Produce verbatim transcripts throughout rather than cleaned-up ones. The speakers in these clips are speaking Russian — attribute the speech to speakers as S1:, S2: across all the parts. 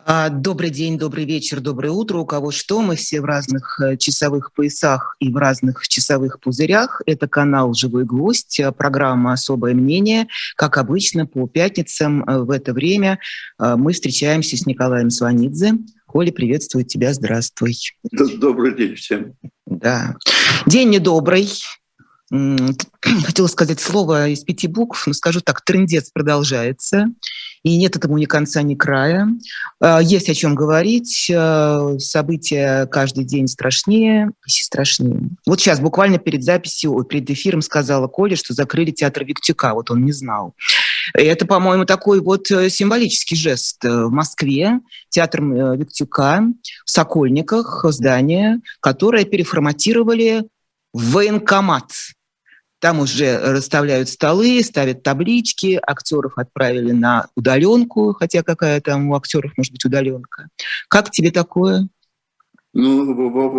S1: А, Добрый день, добрый вечер, доброе утро. У кого что, мы все в разных э, часовых поясах и в разных часовых пузырях. Это канал «Живой гвоздь», э, программа «Особое мнение». Как обычно, по пятницам э, в это время э, мы встречаемся с Николаем Сванидзе. Коля, приветствую тебя, здравствуй.
S2: Добрый день всем.
S1: Да. День недобрый. Хотела сказать слово из пяти букв, но скажу так: трындец продолжается, и нет этому ни конца, ни края. Есть о чем говорить, события каждый день страшнее и страшнее. Вот сейчас, буквально перед записью, перед эфиром сказала Коля, что закрыли театр Виктюка, вот он не знал. Это, по-моему, такой вот символический жест. В Москве театр Виктюка в Сокольниках, здание, которое переформатировали в военкомат. Там уже расставляют столы, ставят таблички, актеров отправили на удаленку, хотя какая там у актеров может быть удаленка. Как тебе такое?
S2: Ну,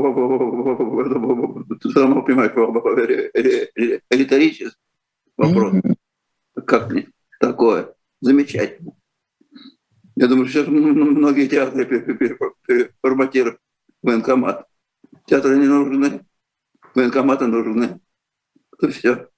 S2: ты сама понимаешь, риторический вопрос. Mm-hmm. Как мне такое? Замечательно. Я думаю, сейчас многие театры переформатируют военкомат. Театры не нужны, военкоматы нужны. То все.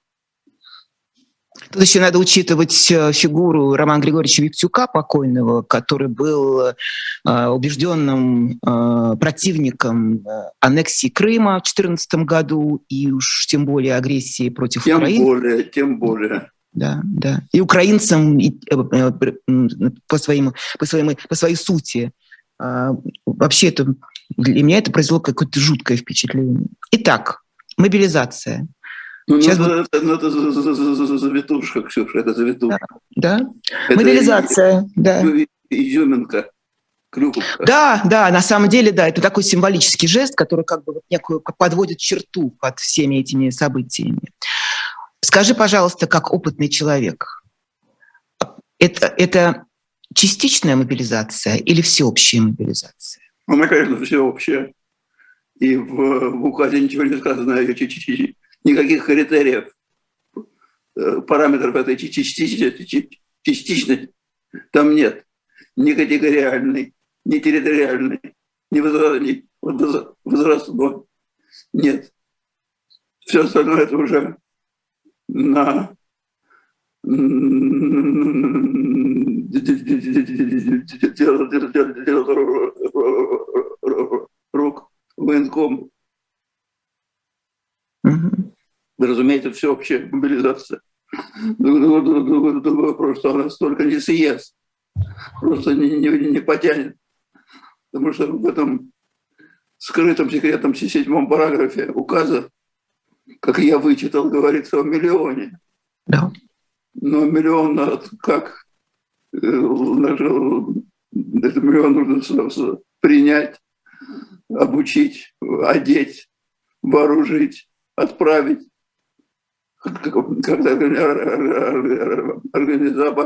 S1: Тут еще надо учитывать фигуру Романа Григорьевича Виктюка, покойного, который был э, убежденным э, противником аннексии Крыма в две тысячи четырнадцатом году и уж тем более агрессии против
S2: тем
S1: Украины.
S2: Тем более, тем более.
S1: Да, да. И украинцам и, э, э, по, своим, по, своим, по своей сути. Э, вообще это, для меня это произвело какое-то жуткое впечатление. Итак, мобилизация.
S2: Ну, Сейчас ну, будет... это, ну, это завитушка, Ксюша, это завитушка.
S1: Да, да. Это мобилизация, и, да.
S2: Изюминка, клюковка.
S1: Да, да, на самом деле, да, это такой символический жест, который как бы вот некую подводит черту под всеми этими событиями. Скажи, пожалуйста, как опытный человек, это, это частичная мобилизация или всеобщая мобилизация?
S2: Ну, мы, конечно, всеобщая. И в, в указе ничего не сказано, никаких критериев, параметров этой частичности, частичности там нет. Ни категориальной, ни территориальной, ни возрастной. Нет. Все остальное это уже на рук военком. Разумеется, всеобщая мобилизация. Другой вопрос, что она столько не съест, просто не, не, не потянет. Потому что в этом скрытом секретном седьмом параграфе указа, как я вычитал, говорится о миллионе.
S1: Да.
S2: Но миллион, как этот миллион нужно принять, обучить, одеть, вооружить, отправить, как-то организовать.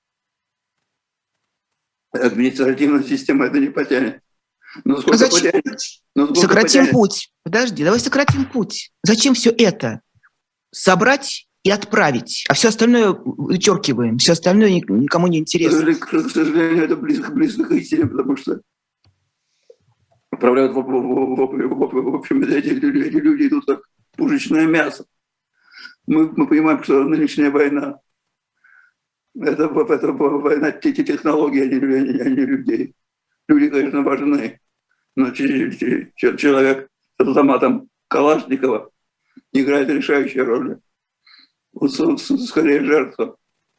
S2: Административная система это не потянет. Но сколько
S1: а зачем?
S2: потянет? Но сколько
S1: сократим
S2: потянет?
S1: путь. Подожди, давай сократим путь. Зачем все это? Собрать и отправить, а все остальное вычеркиваем, все остальное никому не интересно.
S2: К сожалению, это близко, близко к истине, потому что управляют, в общем, эти люди идут как пушечное мясо. Мы, мы понимаем, что нынешняя война это, это война технологий, а не, а не людей. Люди, конечно, важны, но человек с автоматом Калашникова играет решающую роль. Вот скорее жертва.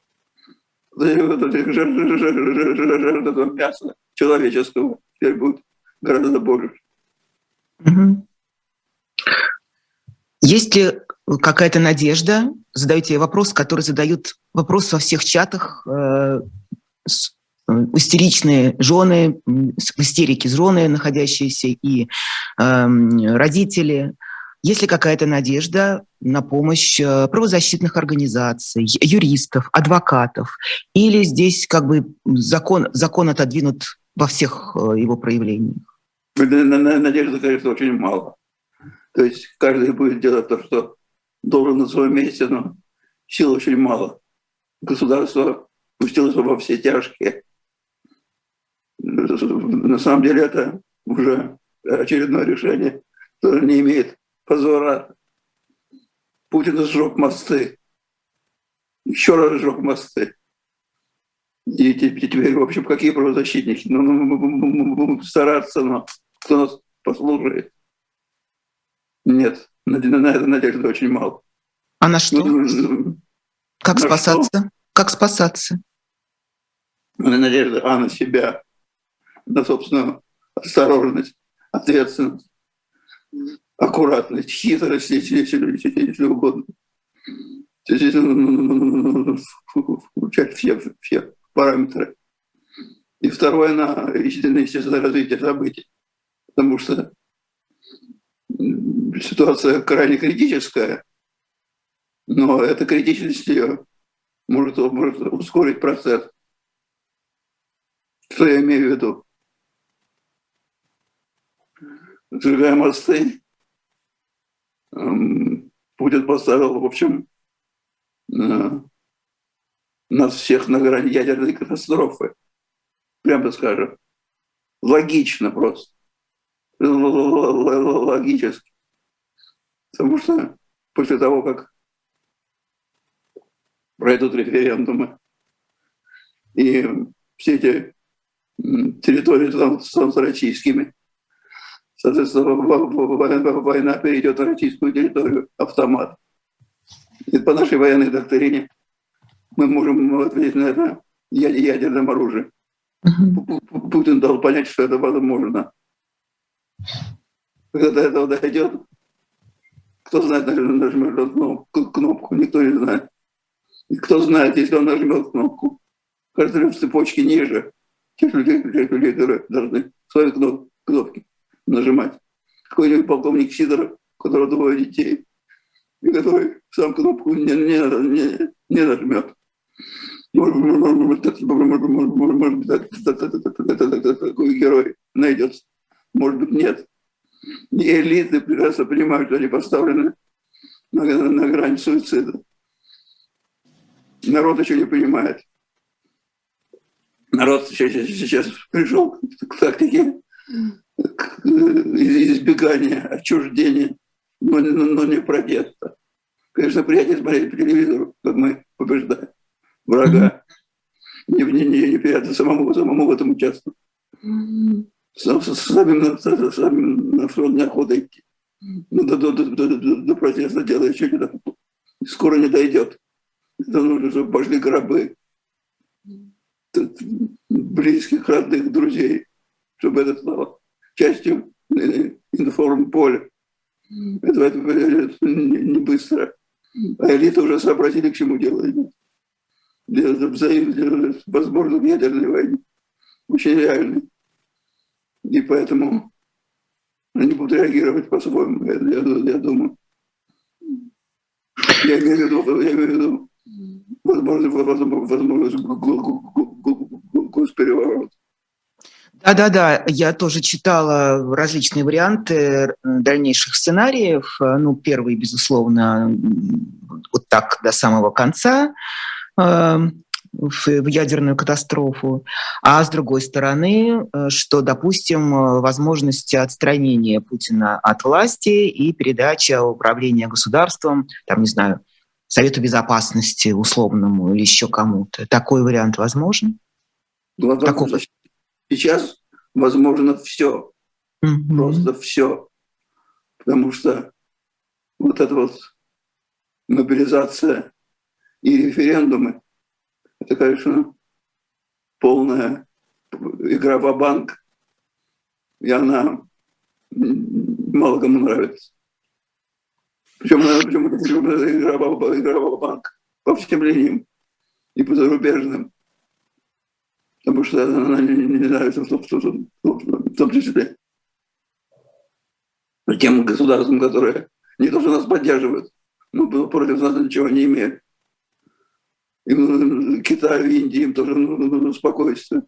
S2: Жертва мяса человеческого теперь будет гораздо больше.
S1: Угу. Есть ли какая-то надежда? Задаю тебе вопрос, который задают вопрос во всех чатах. Э, с, э, истеричные жены, в истерике жены, находящиеся, и э, родители. Есть ли какая-то надежда на помощь правозащитных организаций, юристов, адвокатов? Или здесь как бы закон, закон отодвинут во всех его проявлениях?
S2: Надежды, конечно, очень мало. То есть каждый будет делать то, что должен на своем месте, но сил очень мало. Государство пустилось во все тяжкие. на самом деле это уже очередное решение, которое не имеет позора. Путин сжег мосты, еще раз сжег мосты. И теперь, в общем, какие правозащитники? Ну, мы будем стараться, но кто нас послушает? Нет, на это надежды очень мало.
S1: А на что?
S2: Ну,
S1: как
S2: на
S1: спасаться?
S2: Что?
S1: Как спасаться?
S2: На надежды, а на себя, на собственную осторожность, ответственность, аккуратность, хитрость, если, если, если угодно. Включать все, все параметры. И второе, на естественное развитие событий. Потому что ситуация крайне критическая, но эта критичность ее может, может ускорить процесс. Что я имею в виду? Сжигая мосты, Путин поставил, в общем, нас всех на грани ядерной катастрофы. Прямо скажем. Логично просто. Логически. Потому что после того, как пройдут референдумы, и все эти территории станут российскими, соответственно, война перейдет на российскую территорию, автомат. И по нашей военной доктрине мы можем ответить на это ядерным оружием. Uh-huh. Путин дал понять, что это возможно. Когда до этого дойдет, кто знает, нажмет кнопку, никто не знает. И кто знает, если он нажмет кнопку, каждый в цепочке ниже тех людей, тех людей, которые должны свои кнопки нажимать. Какой-нибудь полковник Сидоров, у которого двое детей, и который сам кнопку не, не, не, не нажмет. Может, может, такой герой найдется. Может быть, нет. И элиты прекрасно понимают, что они поставлены на, на грани суицида. Народ еще не понимает. Народ сейчас, сейчас пришел к тактике к избегания, отчуждения, но, но не протеста. Конечно, приятнее смотреть по телевизору, как мы побеждаем врага. Не, не, не, не приятно самому, самому в этом участвовать. Сам, самим, самим на фронт неохота идти. Ну, до, до, до, до, до протеста дело еще не дошло. Скоро не дойдет. Это нужно, чтобы пошли гробы близких, родных, друзей, чтобы это стало частью информполя. Это, это, это не, не быстро. А элиты уже сообразили, к чему дело идет. Для, для возможно, в ядерной войне. Очень реальной. И поэтому они будут реагировать по-своему, я, я, я думаю. Я имею в виду, я имею в виду возможность, возможность госпереворота.
S1: Да-да-да, я тоже читала различные варианты дальнейших сценариев. Ну, первый, безусловно, вот так до самого конца, в ядерную катастрофу, а с другой стороны, что, допустим, возможность отстранения Путина от власти и передача управления государством, там, не знаю, Совету Безопасности условному или еще кому-то. Такой вариант возможен?
S2: Такого. Сейчас возможно все, mm-hmm. просто все, потому что вот эта вот мобилизация и референдумы, это, конечно, полная игра ва-банк, и она мало кому нравится. Причем, причем, причем это игра ва-банк по всем линиям и по зарубежным, потому что она не, не нравится в том, в том числе тем государствам, которые не то, что нас поддерживают, но против нас ничего не имеют. Им, Китаю, Индии, им тоже нужно спокойствие.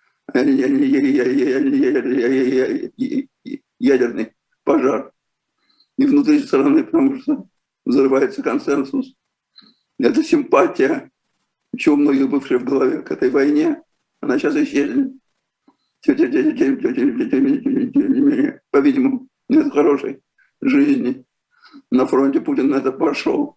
S2: Ядерный пожар. И внутри страны, потому что взрывается консенсус. Это симпатия, еще у многих бывших в голове к этой войне, она сейчас исчезнет. по-видимому, нет хорошей жизни. На фронте Путин на это пошел.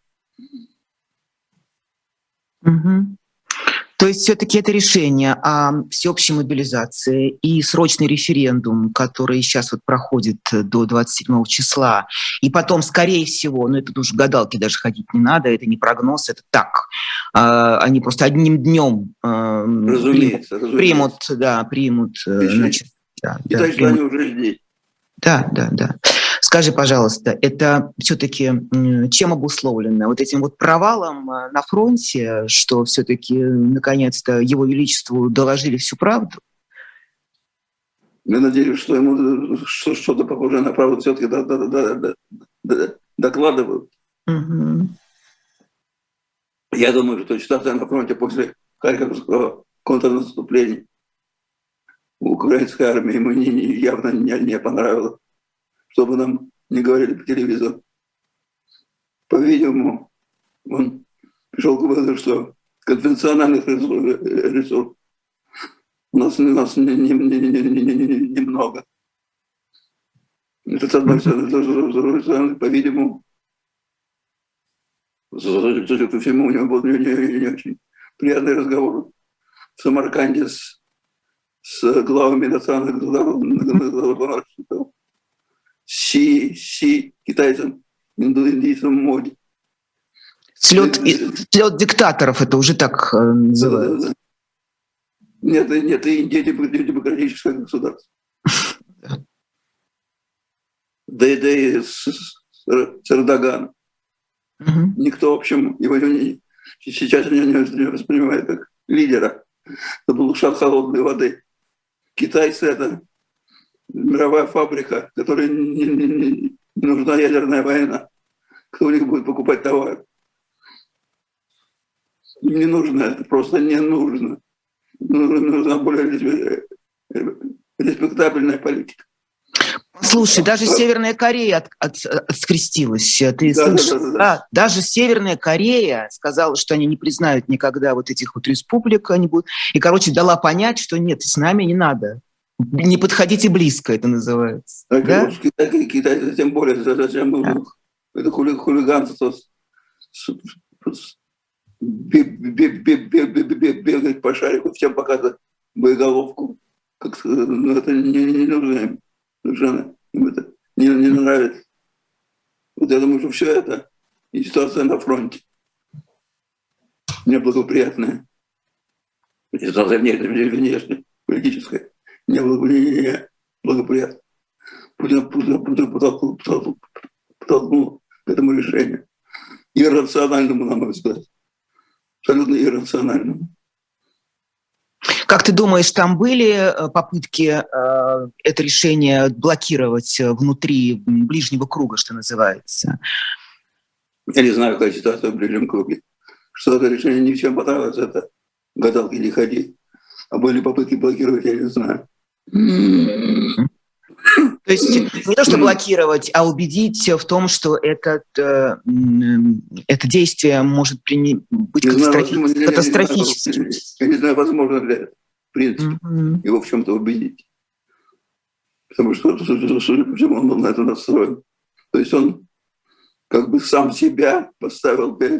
S1: Угу. То есть все-таки это решение о всеобщей мобилизации и срочный референдум, который сейчас вот проходит до двадцать седьмого числа, и потом, скорее всего, ну это уже гадалки даже ходить не надо, это не прогноз, это так, они просто одним днем
S2: разумеется,
S1: примут, примут, да, примут, значит, да,
S2: и да, так что они уже здесь.
S1: Да, да, да. Скажи, пожалуйста, это все-таки чем обусловлено? Вот этим вот провалом на фронте, что все-таки наконец-то Его Величеству доложили всю правду?
S2: Я надеюсь, что ему что-то похожее на правду все-таки докладывают.
S1: Угу.
S2: Я думаю, что ситуация на фронте после Харьковского контрнаступления украинской армии ему не, не, явно не, не понравилось, чтобы нам не говорили по телевизору. По-видимому, он пришел к выводу, что конвенциональных ресурсов у нас, у нас немного. Не, не, не, не, не, не много. Это с одной стороны, с другой стороны, по-видимому, судя по всему, у него был не, не, не очень приятный разговор в Самарканде с с главами национальных государств, Си, Си, китайцам, индийцам, Моди.
S1: Слет, слет диктаторов, это уже так называется.
S2: Нет, нет, Индия демократическое государство. Да и, да и с, с Эрдоганом. Угу. Никто, в общем, его не, сейчас не, не воспринимает как лидера. Это был шаг холодной воды. Китайцы – это мировая фабрика, которой не, не, не нужна ядерная война. Кто у них будет покупать товар? Не нужно, это просто не нужно. Нужна более респектабельная политика.
S1: Слушай, даже Северная Корея от, от, отскрестилась. Ты да, слышал? Да, да, да. Да, даже Северная Корея сказала, что они не признают никогда вот этих вот республик. Они будут... И, короче, дала понять, что нет, с нами не надо. Не подходите близко, это называется.
S2: А да? Китай, Китай, тем более, зачем было да. это хули, хулиганство бегать по шарику, всем показывать боеголовку. Как, ну, это не, не нужно им. Им это не, не нравится. Вот я думаю, что все это и ситуация на фронте неблагоприятная. Ситуация внешняя, политическая, неблагоприятная. Путин, Путин, Путин подтолкнул, подтолкнул, подтолкнул к этому решению. Иррациональному, на мой взгляд. Абсолютно иррациональному.
S1: Как ты думаешь, там были попытки э, это решение блокировать внутри ближнего круга, что называется?
S2: Я не знаю, какая ситуация в ближнем круге. Что это решение ни в чем понравилось, это гадалки не ходи. А были попытки блокировать, я не знаю.
S1: То есть не то, что блокировать, а убедить в том, что этот, э, это действие может прини- быть не катастрофи- знаю, катастрофическим.
S2: Я не, знаю, я не знаю, возможно ли это, в принципе, mm-hmm. его в чем-то убедить. Потому что, судя по всему, он был на это настроен. То есть он как бы сам себя поставил перед,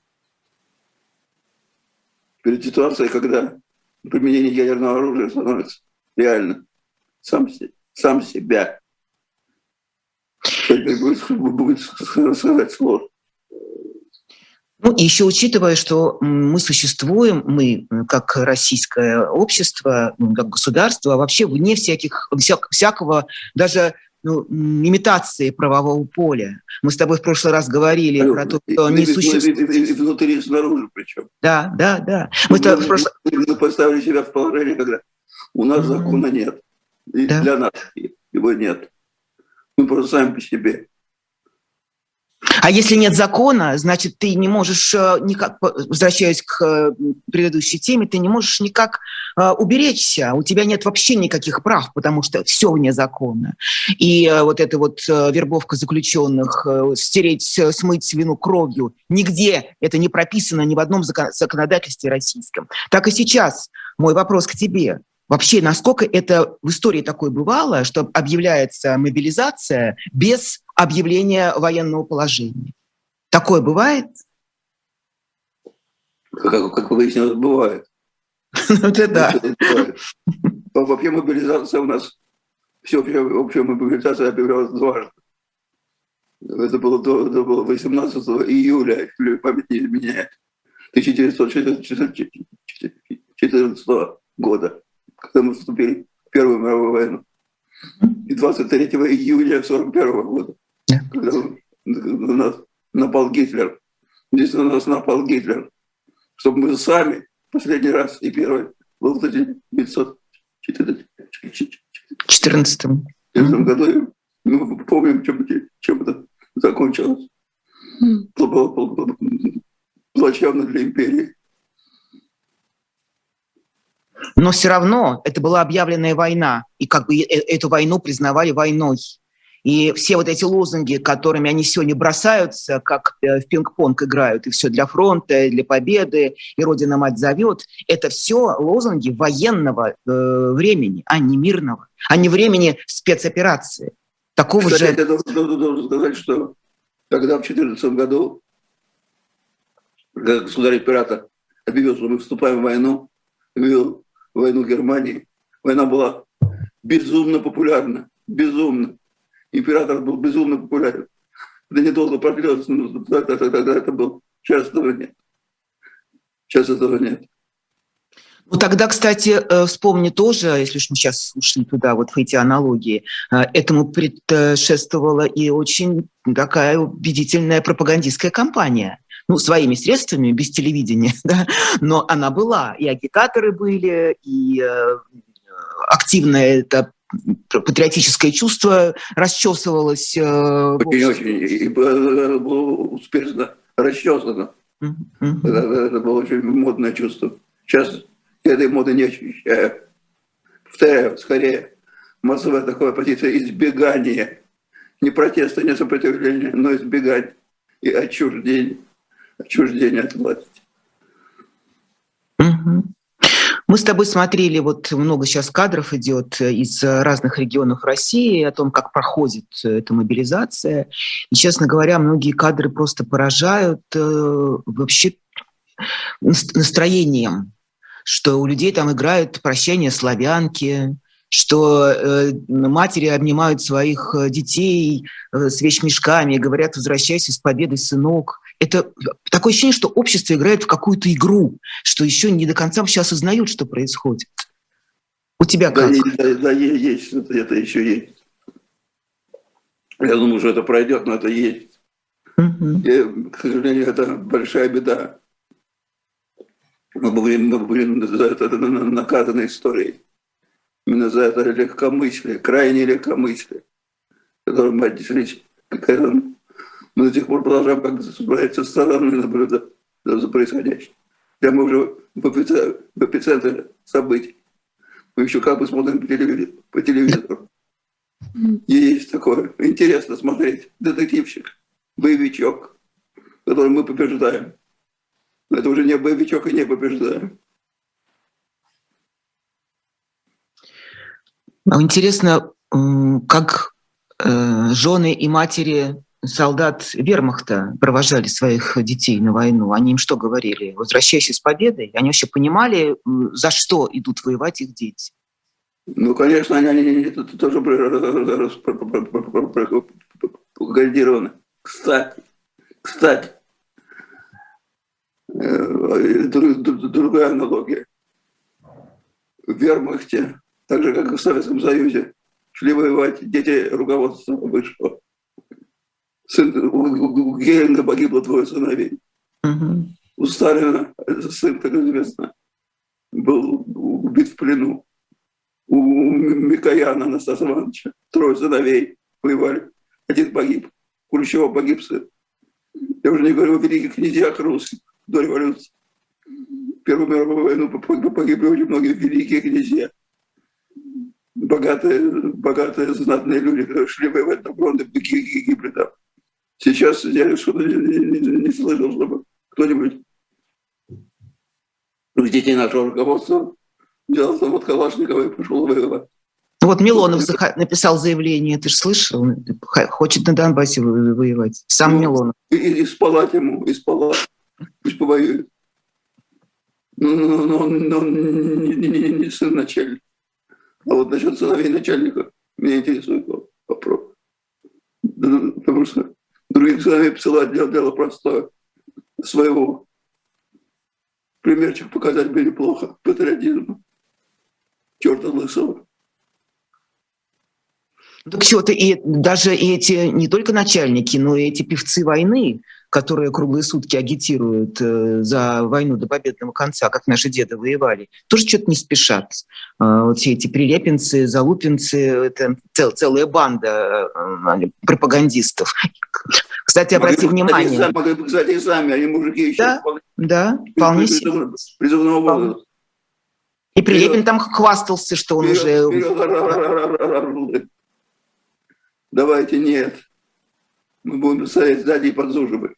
S2: перед ситуацией, когда применение ядерного оружия становится реально сам себе. Сам себя. Теперь будет, будет сказать сложно.
S1: Ну, и еще учитывая, что мы существуем, мы как российское общество, как государство, вообще вне всяких, всяк, всякого даже ну, имитации правового поля. Мы с тобой в прошлый раз говорили а, про то, что и, не и, существует...
S2: И, и, и внутри, и снаружи причем.
S1: Да, да, да.
S2: Мы, мы, прошлый... мы поставили себя в положение, когда у нас mm-hmm. закона нет. И да. Для нас его нет. Мы просто сами по себе.
S1: А если нет закона, значит, ты не можешь никак, возвращаясь к предыдущей теме, ты не можешь никак уберечься. У тебя нет вообще никаких прав, потому что все вне закона. И вот эта вот вербовка заключенных, стереть, смыть вину кровью, нигде это не прописано ни в одном законодательстве российском. Так и сейчас мой вопрос к тебе. Вообще, насколько это в истории такое бывало, что объявляется мобилизация без объявления военного положения? Такое бывает?
S2: Как, как выяснилось, бывает.
S1: Это да.
S2: Вообще мобилизация у нас, всеобщая общая мобилизация объявлялась дважды. Это было, это было восемнадцатого июля, если память не изменяет, тысяча девятьсот четырнадцатого года, когда мы вступили в Первую мировую войну. И двадцать третьего июля сорок первого года, когда на нас напал Гитлер. Здесь на нас напал Гитлер. Чтобы мы сами последний раз и первый был в тысяча девятьсот четырнадцатом году. Мы помним, чем, чем это закончилось. Это было плачевно для империи.
S1: Но все равно это была объявленная война, и как бы эту войну признавали войной. И все вот эти лозунги, которыми они сегодня бросаются, как в пинг-понг играют, и все для фронта, и для победы, и Родина мать зовет, это все лозунги военного э, времени, а не мирного, а не времени спецоперации. Такого
S2: Кстати,
S1: же...
S2: я должен, должен сказать, что когда в две тысячи четырнадцатом году государь-император объявил, что мы вступаем в войну, объявил войну Германии, война была безумно популярна, безумно. Император был безумно популярен. Это недолго продлилось, но тогда, тогда это был. Сейчас этого нет. Сейчас этого нет.
S1: Ну тогда, кстати, вспомни тоже, если уж мы сейчас ушли туда, вот в эти аналогии, этому предшествовала и очень такая убедительная пропагандистская кампания. Ну, своими средствами, без телевидения, да, но она была. И агитаторы были, и активная это патриотическое чувство расчесывалось.
S2: Очень-очень. И было успешно расчесано. Mm-hmm. Это, это было очень модное чувство. Сейчас я этой моды не ощущаю. Повторяю, скорее, массовая такая позиция избегания. Не протеста, не сопротивления, но избегания и отчуждения. Отчуждение от власти.
S1: Mm-hmm. Мы с тобой смотрели, вот много сейчас кадров идет из разных регионов России о том, как проходит эта мобилизация. И, честно говоря, многие кадры просто поражают э, вообще настроением, что у людей там играют «Прощание славянки», что э, матери обнимают своих детей э, с вещмешками и говорят «Возвращайся с победой, сынок». Это такое ощущение, что общество играет в какую-то игру, что еще не до конца вообще осознают, что происходит. У тебя как?
S2: Да, да, да есть, это, это еще есть. Я думаю, что это пройдет, но это есть. Uh-huh. И, к сожалению, это большая беда. Мы были, мы были за это наказаны историей. Именно за это легкомыслие, крайнее легкомыслие, которым мы отнеслись к этому. Мы до сих пор продолжаем как со стороны наблюдать за происходящим. Хотя мы уже в эпицентре событий. Мы еще как бы смотрим по телевизору. И есть такое. Интересно смотреть. Детективщик, боевичок, который мы побеждаем. Но это уже не боевичок и не побеждаем.
S1: Интересно, как жены и матери солдат вермахта провожали своих детей на войну. Они им что говорили? Возвращайся с победой? Они вообще понимали, за что идут воевать их дети?
S2: Ну, конечно, они, они, они тоже пропагандированы. Кстати, кстати, другая аналогия. В вермахте, так же, как и в Советском Союзе, шли воевать дети руководства высшего. Сын, у Геринга погибло двое сыновей. Uh-huh. У Сталина сын, как известно, был убит в плену. У Микояна Анастаса Ивановича трое сыновей воевали. Один погиб. У Хрущева погиб сын. Я уже не говорю о великих князьях русских до революции. В Первую мировую войну погибли очень многие великие князья. Богатые, богатые, знатные люди, которые шли воевать на фронт и гибли там. Сейчас я что-то не, не, не слышал, чтобы кто-нибудь из детей нашего руководства взял автомат Калашникова и пошел воевать.
S1: Вот Милонов написал заявление, ты же слышал? Хочет на Донбассе воевать. Сам ну, Милонов.
S2: И, и спалать ему, и спалать. Пусть повоюет. Но, но, но, но он не, не, не, не сын начальника. А вот насчет сыновей начальника меня интересует вопрос. Потому что других сыновей посылать дело, дело простое. Своего. Примерчик показать бы неплохо. Патриотизм. Черта лысого.
S1: Так что-то и даже эти не только начальники, но и эти певцы войны, которые круглые сутки агитируют э, за войну до победного конца, как наши деды воевали, тоже что-то не спешат. Э, вот все эти прилепинцы, залупинцы, это цел, целая банда э, пропагандистов. Кстати, обрати
S2: могли,
S1: внимание.
S2: Сами, могли бы, кстати, и сами, они мужики еще.
S1: Да,
S2: вполне,
S1: да, вполне себе.
S2: Призывного возраста.
S1: И Прилепин там хвастался, что он
S2: вперед,
S1: уже...
S2: Вперед. Давайте нет. Мы будем стоять сзади и подзуживать.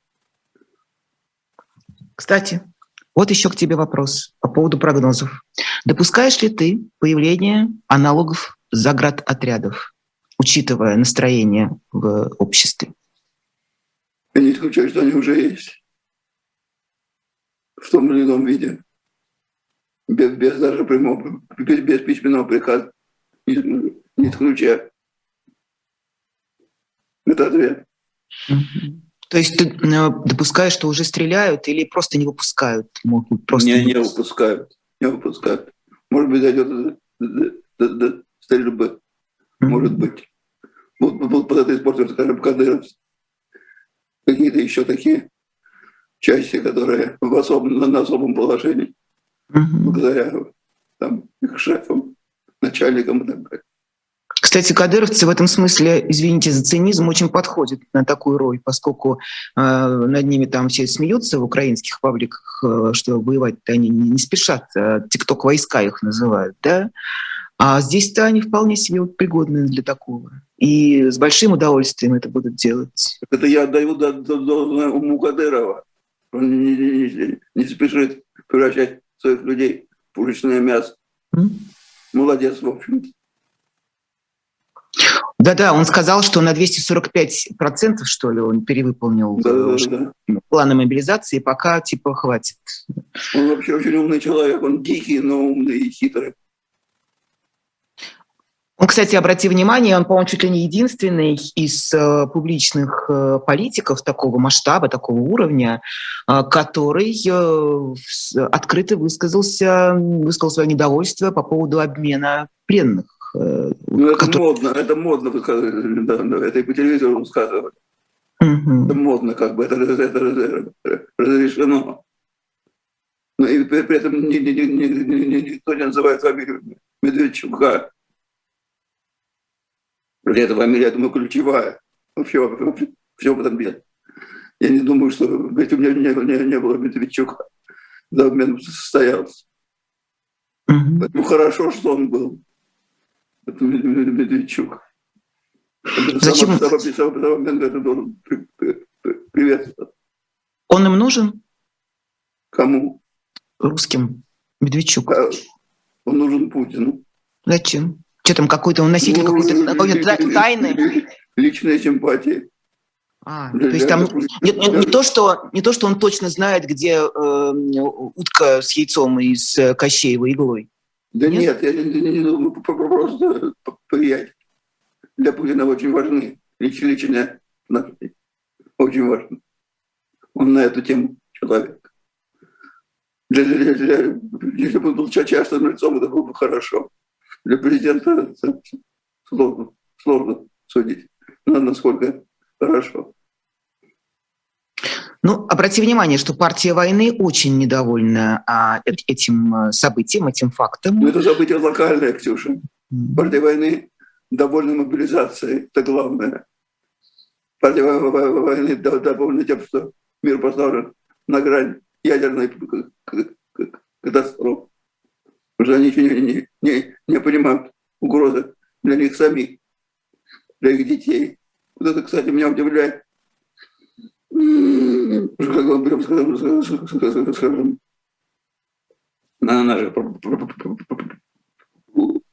S1: Кстати, вот еще к тебе вопрос по поводу прогнозов. Допускаешь ли ты появление аналогов заградотрядов, учитывая настроение в обществе?
S2: Я не исключаю, что они уже есть. В том или ином виде. Без, без даже прямого, без, без письменного приказа. Не, не исключаю. Это ответ.
S1: То есть ты допускаешь, что уже стреляют или просто не выпускают? Могут просто
S2: не, не выпускают. Не выпускают. Может быть, дойдет до, до, до, до стрельбы. Mm-hmm. Может быть. Будут, будут под это использовать, скажем, кадыровцы. Какие-то еще такие части, которые в особом, на особом положении. Mm-hmm. Благодаря там, их шефам, начальникам и так далее.
S1: Кстати, кадыровцы в этом смысле, извините за цинизм, очень подходят на такую роль, поскольку э, над ними там все смеются в украинских пабликах, э, что воевать-то они не, не спешат, э, тикток-войска их называют, да? А здесь-то они вполне себе вот пригодны для такого. И с большим удовольствием это будут делать.
S2: Это я отдаю должное уму Кадырова. Он не, не, не, не спешит превращать своих людей в пушечное мясо. Mm. Молодец, в общем-то.
S1: Да-да, он сказал, что на двести сорок пять процентов, что ли, он перевыполнил
S2: да, да, да.
S1: планы мобилизации, пока типа хватит.
S2: Он вообще очень умный человек, он дикий, но умный и хитрый.
S1: Он, кстати, обрати внимание, он, по-моему, чуть ли не единственный из э, публичных э, политиков такого масштаба, такого уровня, э, который э, открыто высказался, высказал свое недовольство по поводу обмена пленных.
S2: Ну, это который... модно, это модно, да, да, это и по телевизору высказывали. Uh-huh. Это модно, как бы, это, это, это разрешено. Но и при, при этом ни, ни, ни, ни, ни, никто не называет фамилию Медведчука. Эта фамилия, я думаю, ключевая. Вообще, вообще все в этом деле. Я не думаю, что ведь у меня не, не, не было Медведчука. Да, обмен состоялся. Uh-huh. Поэтому хорошо, что он был. Это Медведчук.
S1: Зачем?
S2: Привет.
S1: Он им нужен?
S2: Кому?
S1: Русским. Медведчук.
S2: А, он нужен Путину.
S1: Зачем? Что там, какой-то он носитель ну, какой-то, какой-то тайны?
S2: Личная симпатия.
S1: А, то есть там не, не, не, то, что, не то, что он точно знает, где э, утка с яйцом из Кощеевой иглой.
S2: Да нет, нет я не, не, не думаю, просто приятель. Для Путина очень важны. Личные отношения. Очень важно. Он на эту тему человек. Для, для, для, если бы он был частым лицом, это было бы хорошо. Для президента сложно, сложно судить, насколько хорошо.
S1: Ну, обрати внимание, что партия войны очень недовольна а, этим событием, этим фактом.
S2: Ну, это событие локальное, Ксюша. Mm-hmm. Партия войны довольна мобилизацией, это главное. Партия войны довольна тем, что мир поставлен на грань ядерной катастрофы. Потому что они не, не, не, не понимают угрозы для них самих, для их детей. Вот это, кстати, меня удивляет. Как он прям скажем, на наши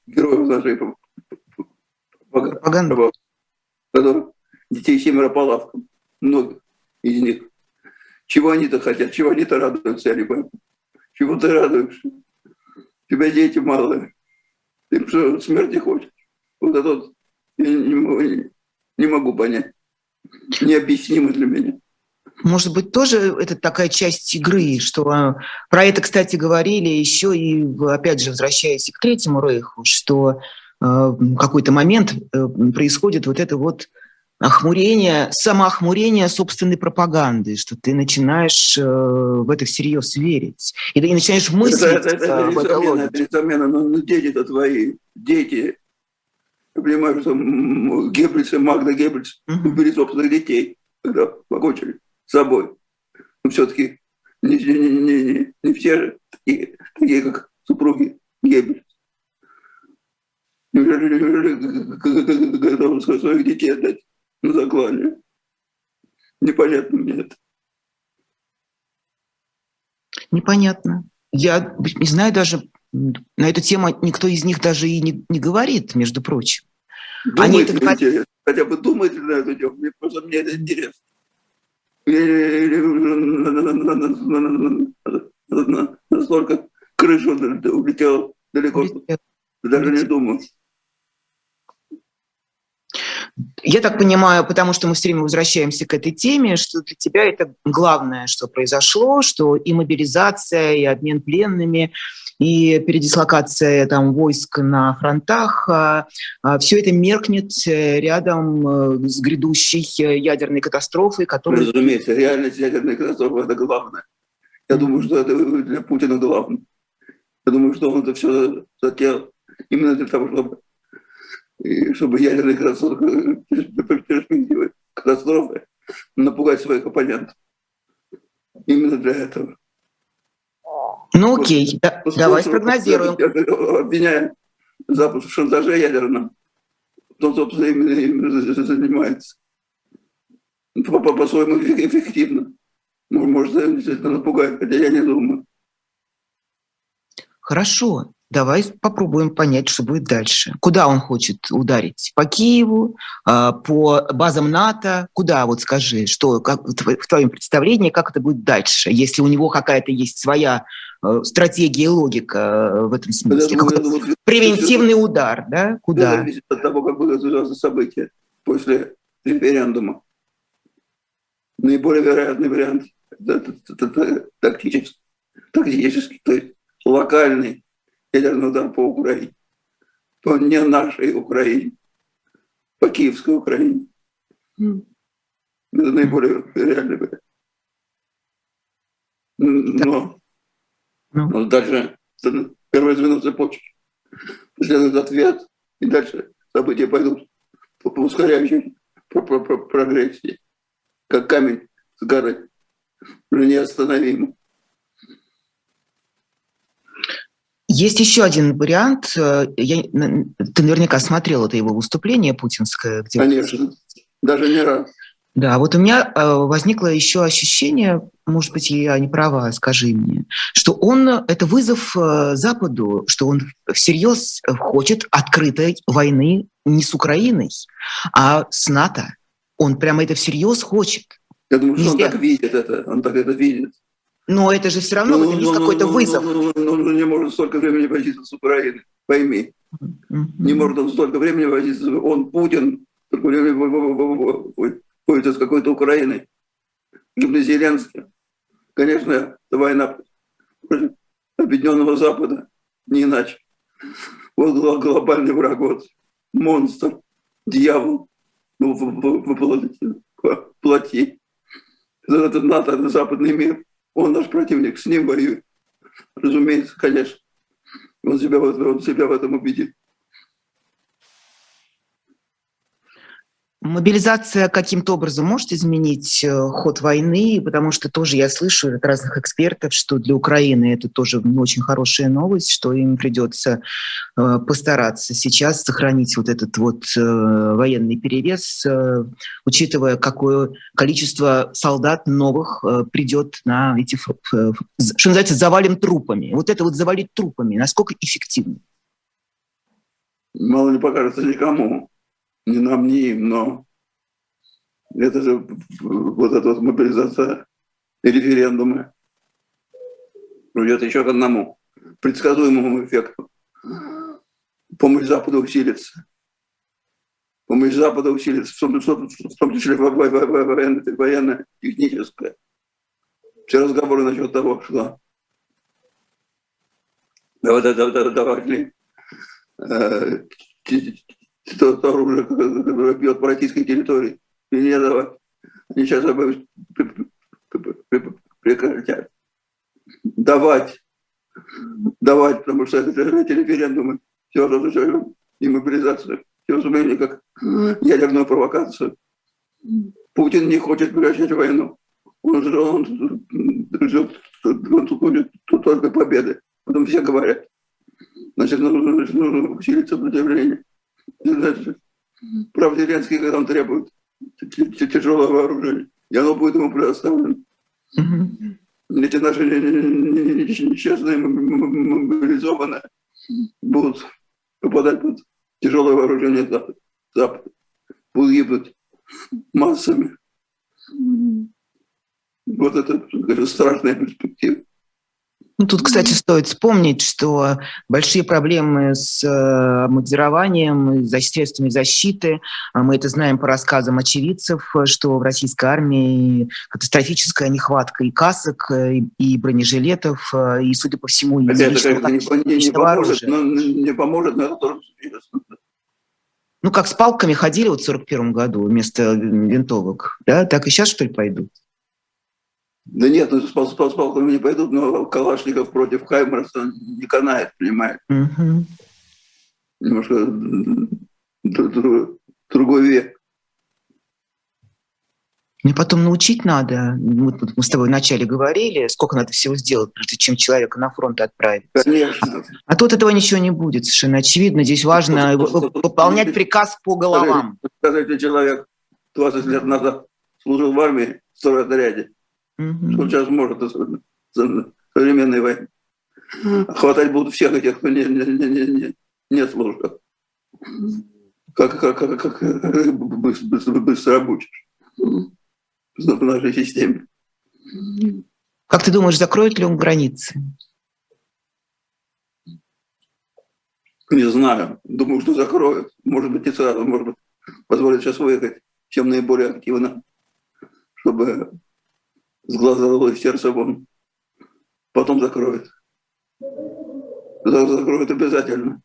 S2: героев нашей пропаганды, которых детей семеро по лавкам, много из них. Чего они-то хотят, чего они-то радуются, я не понимаю. Чего ты радуешься? У тебя дети малые. Ты что, смерти хочешь? Вот это вот я не могу, не могу понять. Необъяснимо для меня.
S1: Может быть, тоже это такая часть игры, что про это, кстати, говорили еще и, опять же, возвращаясь к Третьему Рейху, что в какой-то момент происходит вот это вот охмурение, самоохмурение собственной пропаганды, что ты начинаешь в это всерьез верить. И ты начинаешь мыслить
S2: это, это, это, в этой логике. Это несомненно, но дети-то твои, дети. Я понимаю, что Геббельс и Магда Геббельс убили собственных детей, когда покончили с собой. Но все-таки не, не, не, не, не все такие, такие, как супруги Геббельс. Неужели готовы своих детей отдать на заклание? Непонятно мне это.
S1: Непонятно. Я не знаю даже, на эту тему никто из них даже и не, не говорит, между прочим.
S2: Думает ли интересно? Хотя бы думает ли на эту тему? Мне просто мне это интересно. Настолько крышу улетел далеко, даже не думаю.
S1: Я так понимаю, потому что мы все время возвращаемся к этой теме, что для тебя это главное, что произошло, что и мобилизация, и обмен пленными, и передислокация там, войск на фронтах, все это меркнет рядом с грядущей ядерной катастрофой, которая...
S2: Разумеется, реальность ядерной катастрофы – это главное. Я mm-hmm. думаю, что это для Путина главное. Я думаю, что он это все затеял именно для того, чтобы, чтобы ядерные катастрофы, катастрофы напугать своих оппонентов. Именно для этого.
S1: Ну окей, да, давай спрогнозируем.
S2: Обвиняем Запад в шантаже ядерном. Он, собственно, именно, именно занимается. По-своему эффективно. Может, это напугает, хотя я не думаю.
S1: Хорошо, давай попробуем понять, что будет дальше. Куда он хочет ударить? По Киеву, по базам НАТО? Куда, вот скажи, что как, в твоем представлении, как это будет дальше, если у него какая-то есть своя стратегия и логика в этом смысле?
S2: Я думаю, я думаю,
S1: превентивный это, удар, да? Куда?
S2: Это зависит от того, как будут развиваться события после референдума. Наиболее вероятный вариант – это, это, это тактический, тактический, то есть локальный ядерный удар по Украине, по не нашей Украине, по киевской Украине. Mm. Это наиболее реальный вариант. Но, no. но дальше первое звено цепочки. Следует ответ, и дальше события пойдут по ускоряющей прогрессии. Как камень с горы, уже неостановимо.
S1: Есть еще один вариант. Я, ты наверняка смотрел это его выступление путинское. Где
S2: Конечно, даже не раз.
S1: Да, вот у меня возникло еще ощущение, может быть, я не права, скажи мне, что он, это вызов Западу, что он всерьез хочет открытой войны не с Украиной, а с НАТО. Он прямо это всерьез хочет.
S2: Я думаю, что он так видит это, он так это видит.
S1: Но это же все равно ну, в этом есть ну, какой-то
S2: ну,
S1: вызов.
S2: Ну, ну, ну, не может столько времени возиться с Украиной, пойми. Mm-hmm. Не может он столько времени возиться. Он, Путин, столько времени возится с какой-то Украиной. Или Зеленский. Конечно, это война против Объединенного Запада, не иначе. Вот глобальный враг, вот монстр, дьявол. Плати. Это НАТО, это западный мир. Он наш противник, с ним воюет. Разумеется, конечно. Он себя, он себя в этом убедит.
S1: Мобилизация каким-то образом может изменить ход войны, потому что тоже я слышу от разных экспертов, что для Украины это тоже не очень хорошая новость, что им придется постараться сейчас сохранить вот этот вот военный перевес, учитывая, какое количество солдат новых придет на эти, что называется, завалим трупами. Вот это вот завалить трупами, насколько эффективно?
S2: мало не покажется никому, ни нам, ни им, но это же вот эта вот мобилизация и референдумы приведет еще к одному предсказуемому эффекту. Помощь Запада усилится. Помощь Запада усилится, в том, в том числе военно-техническая. Все разговоры насчет того, что давали то оружие, которое бьет по российской территории, и не давать. Они сейчас прекратят. Давать. Давать, потому что это эти референдумы, все разрушение и мобилизация, все разумение как ядерную провокацию. Путин не хочет прекращать войну. Он же он ждет только победы. Потом все говорят, значит, нужно, нужно усилить сопротивление. Значит, правда, Зеленский, когда он требует тяжелое вооружение, и оно будет ему предоставлено. Эти наши несчастные мобилизованные будут попадать под тяжелое вооружение Запада, будут гибнуть массами. Вот это, это страшная перспектива.
S1: Ну, тут, кстати, стоит вспомнить, что большие проблемы с обмундированием, с средствами защиты. Мы это знаем по рассказам очевидцев, что в российской армии катастрофическая нехватка и касок, и бронежилетов, и, судя по всему, и
S2: Хотя это, конечно, не, не, не поможет, но, не поможет, но это тоже интересно.
S1: Ну, как с палками ходили вот в сорок первом году вместо винтовок, да, так и сейчас, что ли, пойдут?
S2: Да нет, ну, с, с, с палками не пойдут, но Калашников против Хаймерса не канает, понимаете?
S1: Угу.
S2: Немножко другой век.
S1: Мне потом научить надо. Мы, мы с тобой вначале говорили, сколько надо всего сделать, прежде чем человека на фронт отправить.
S2: Конечно.
S1: А, а тут этого ничего не будет, совершенно очевидно. Здесь важно выполнять приказ по головам.
S2: Скажите, человек двадцать лет назад служил в армии в втором отряде. Mm-hmm. Что он сейчас может в современной войне. Хватать будут всех этих, кто не, не, не, не, не служит. Как, как, как, как быстро, быстро обучишь в нашей системе.
S1: Как ты думаешь, закроет ли он границы?
S2: Не знаю. Думаю, что закроют. Может быть, не сразу. Может быть, позволит сейчас выехать всем наиболее активно, чтобы с глаза долой, сердце вон. Потом закроют. Закроют обязательно.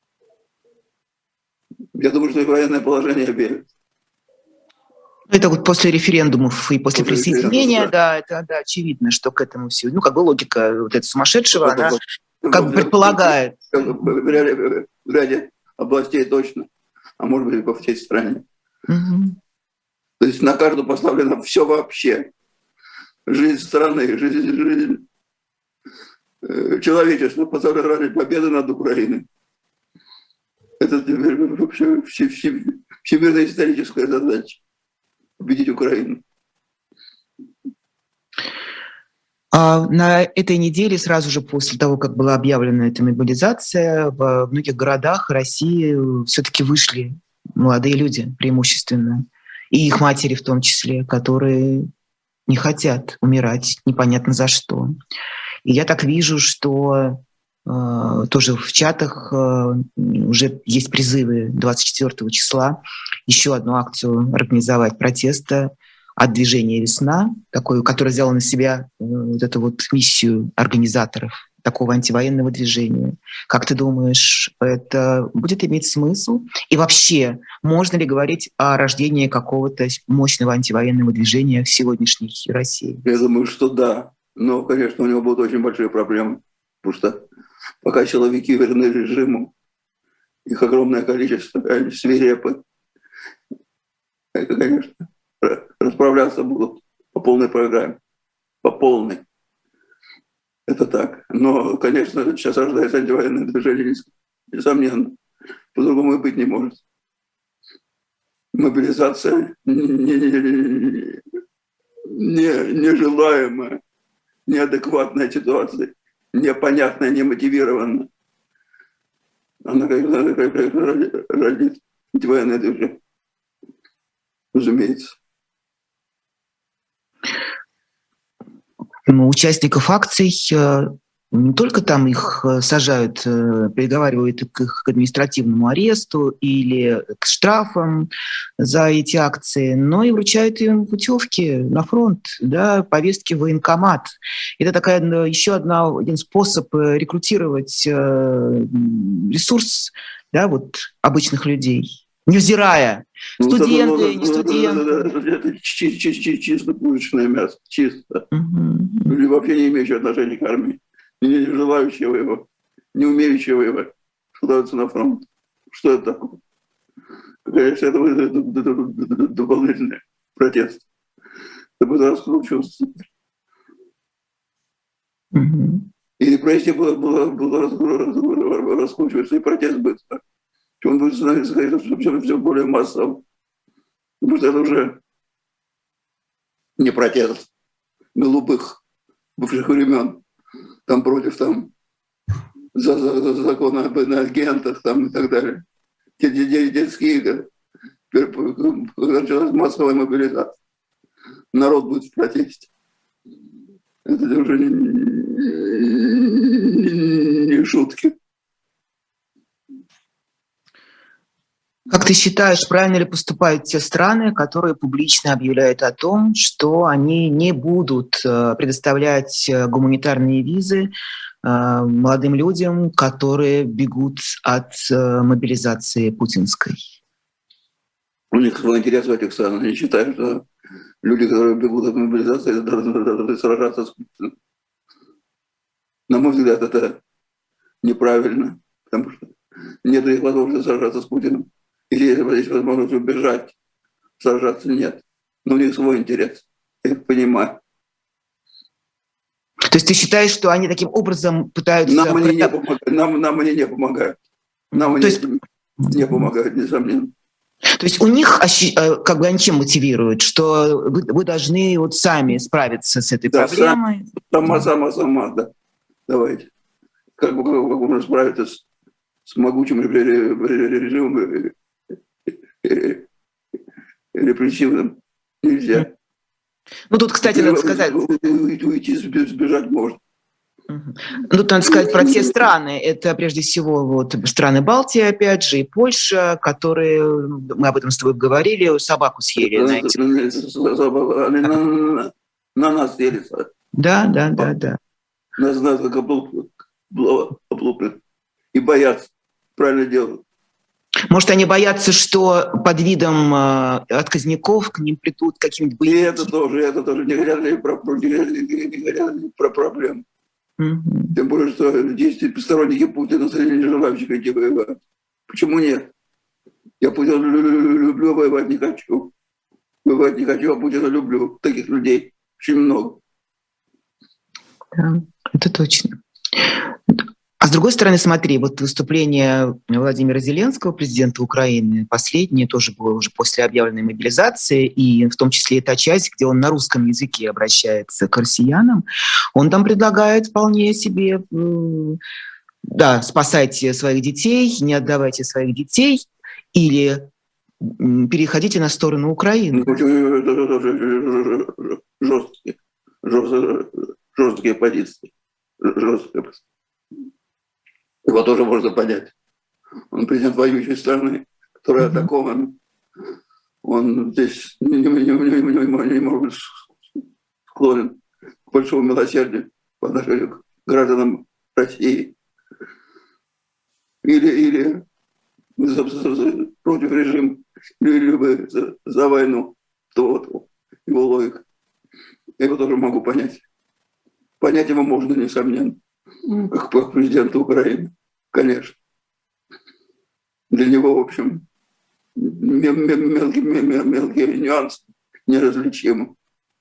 S2: Я думаю, что и военное положение объявят.
S1: Это вот после референдумов и после, после присоединения, да. да, это да, очевидно, что к этому все. Ну, как бы логика вот этого сумасшедшего, она как бы предполагает.
S2: В ряде областей точно, а может быть и по всей стране.
S1: Угу.
S2: То есть на каждую поставлено все вообще. Жизнь страны, жизнь, жизнь человечества, ради победы над Украиной. Это вообще всемирная историческая задача. Победить Украину.
S1: А на этой неделе, сразу же после того, как была объявлена эта мобилизация, в многих городах России все-таки вышли молодые люди преимущественно, и их матери в том числе, которые не хотят умирать непонятно за что. И я так вижу, что э, тоже в чатах э, уже есть призывы двадцать четвёртого числа еще одну акцию организовать протеста от движения «Весна», такую, которая взяла на себя э, вот эту вот миссию организаторов такого антивоенного движения. Как ты думаешь, это будет иметь смысл? И вообще, можно ли говорить о рождении какого-то мощного антивоенного движения в сегодняшней России?
S2: Я думаю, что да. Но, конечно, у него будут очень большие проблемы. Потому что пока силовики верны режиму, их огромное количество, они свирепы. Это, конечно, расправляться будут по полной программе. По полной. Это так. Но, конечно, сейчас рождается антивоенное движение, несомненно. По-другому и быть не может. Мобилизация не, не, нежелаемая, неадекватная ситуация, непонятная, немотивированная. Она как родит военное движение. Разумеется.
S1: Ну, участников акций не только там их сажают, приговаривают к их административному аресту или к штрафам за эти акции, но и вручают им путевки на фронт, да, повестки в военкомат. Это такая еще одна, один способ рекрутировать ресурс, да, вот, обычных людей, невзирая. Студенты, не студенты.
S2: Это чисто пушечное мясо, чисто. Люди вообще не имеющие отношения к армии. Не желающие воевать, не умеющие воевать, становятся на фронт. Что это такое? Конечно, это дополнительный протест. Это будет раскручиваться. И репрессия была раскручиваться, и протест будет. Он будет становиться все, все более массовым. Потому что это уже не протест глупых бывших времен. Там против там, за, за, за закона об агентах там, и так далее. Те детские игры. Теперь, когда началась массовая мобилизация, народ будет в протесте. Это уже не, не, не шутки.
S1: Как ты считаешь, правильно ли поступают те страны, которые публично объявляют о том, что они не будут предоставлять гуманитарные визы молодым людям, которые бегут от мобилизации путинской?
S2: У них свой интерес в этих странах. Они считают, что люди, которые бегут от мобилизации, должны сражаться с Путиным. На мой взгляд, это неправильно, потому что нет их возможности сражаться с Путиным. Или есть возможность убежать, сражаться нет. Но у них свой интерес, я их понимаю.
S1: То есть ты считаешь, что они таким образом пытаются...
S2: Нам они не помогают, нам, нам они не помогают. Нам они есть... не помогают, несомненно.
S1: То есть у них, как бы, они чем мотивируют? Что вы, вы должны вот сами справиться с этой да, проблемой?
S2: Сама, сама, сама, да. Давайте. Как, как, как можно справиться с, с могучим режимом репрессивным? Нельзя.
S1: Ну тут, кстати, надо сказать...
S2: Уйти, сбежать можно.
S1: Ну, тут надо сказать про те страны. Это прежде всего вот страны Балтии, опять же, и Польша, которые, мы об этом с тобой говорили, собаку съели.
S2: Они на, на нас съели.
S1: Да, да, да, да.
S2: Нас знают, как облуплен. И боятся. Правильно делают.
S1: Может, они боятся, что под видом э, отказников к ним придут какие-нибудь боевики?
S2: И это тоже, это тоже не говорят ли про, не говорят ли про проблему. Mm-hmm. Тем более, что есть сторонники Путина, среди желающих идти воевать. Почему нет? Я Путина люблю, воевать не хочу. Воевать не хочу, а Путина люблю. Таких людей очень много.
S1: Да, это точно. А с другой стороны, смотри, вот выступление Владимира Зеленского, президента Украины, последнее тоже было уже после объявленной мобилизации, и в том числе и та часть, где он на русском языке обращается к россиянам, он там предлагает вполне себе, да, спасайте своих детей, не отдавайте своих детей, или переходите на сторону Украины.
S2: Жесткие, жесткие, жесткие позиции. Жесткие. Его тоже можно понять. Он президент воюющей страны, которая mm-hmm. атакована. Он здесь не, не, не, не, не может быть склонен к большому милосердию по отношению к гражданам России. Или, или за, за, против режима, или за, за войну. То вот его логика. Я его тоже могу понять. Понять его можно, несомненно. Как, как президента Украины, конечно. Для него, в общем, мелкие, мелкие нюансы неразличимы.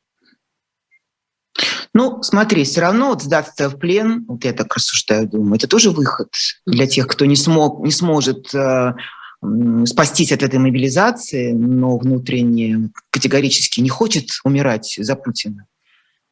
S1: Ну, смотри, все равно вот сдаться в плен, вот я так рассуждаю, думаю, это тоже выход для тех, кто не, смог, не сможет э, спастись от этой мобилизации, но внутренне категорически не хочет умирать за Путина.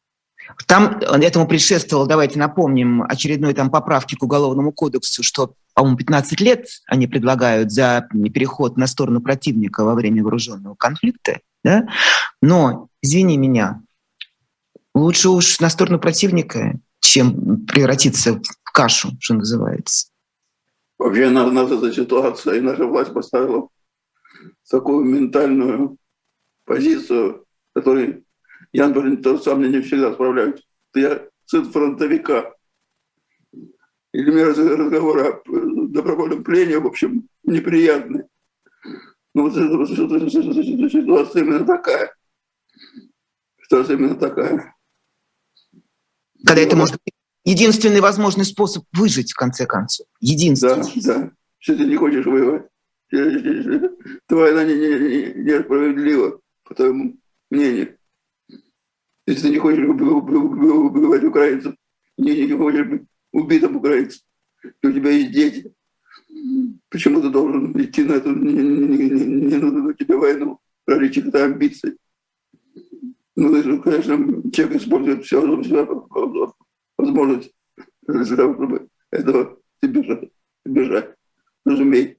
S1: Там этому предшествовало, давайте напомним, очередной там поправки к Уголовному кодексу, что по-моему, пятнадцать лет они предлагают за переход на сторону противника во время вооруженного конфликта, да? Но, извини меня, лучше уж на сторону противника, чем превратиться в кашу, что называется.
S2: Вообще нас, нас эта ситуация и наша власть поставила в такую ментальную позицию, в которой я, например, сам не всегда справляюсь. Я сын фронтовика. И для меня разговор о добровольном плене, в общем, неприятный. Но вот ситуация именно такая. Ситуация именно такая.
S1: Когда это может быть единственный возможный способ выжить, в конце концов. Единственный.
S2: Да, да. Если ты не хочешь воевать. Твоя война несправедлива, по твоему мнению. Если ты не хочешь убивать украинцев, не, не хочешь быть убитым украинцем, и у тебя есть дети, почему ты должен идти на эту не, не, не, не нужную тебе войну ради чьих-то амбиций? Ну, конечно, человек использует все возможности, чтобы этого избежать, избежать, разумеется.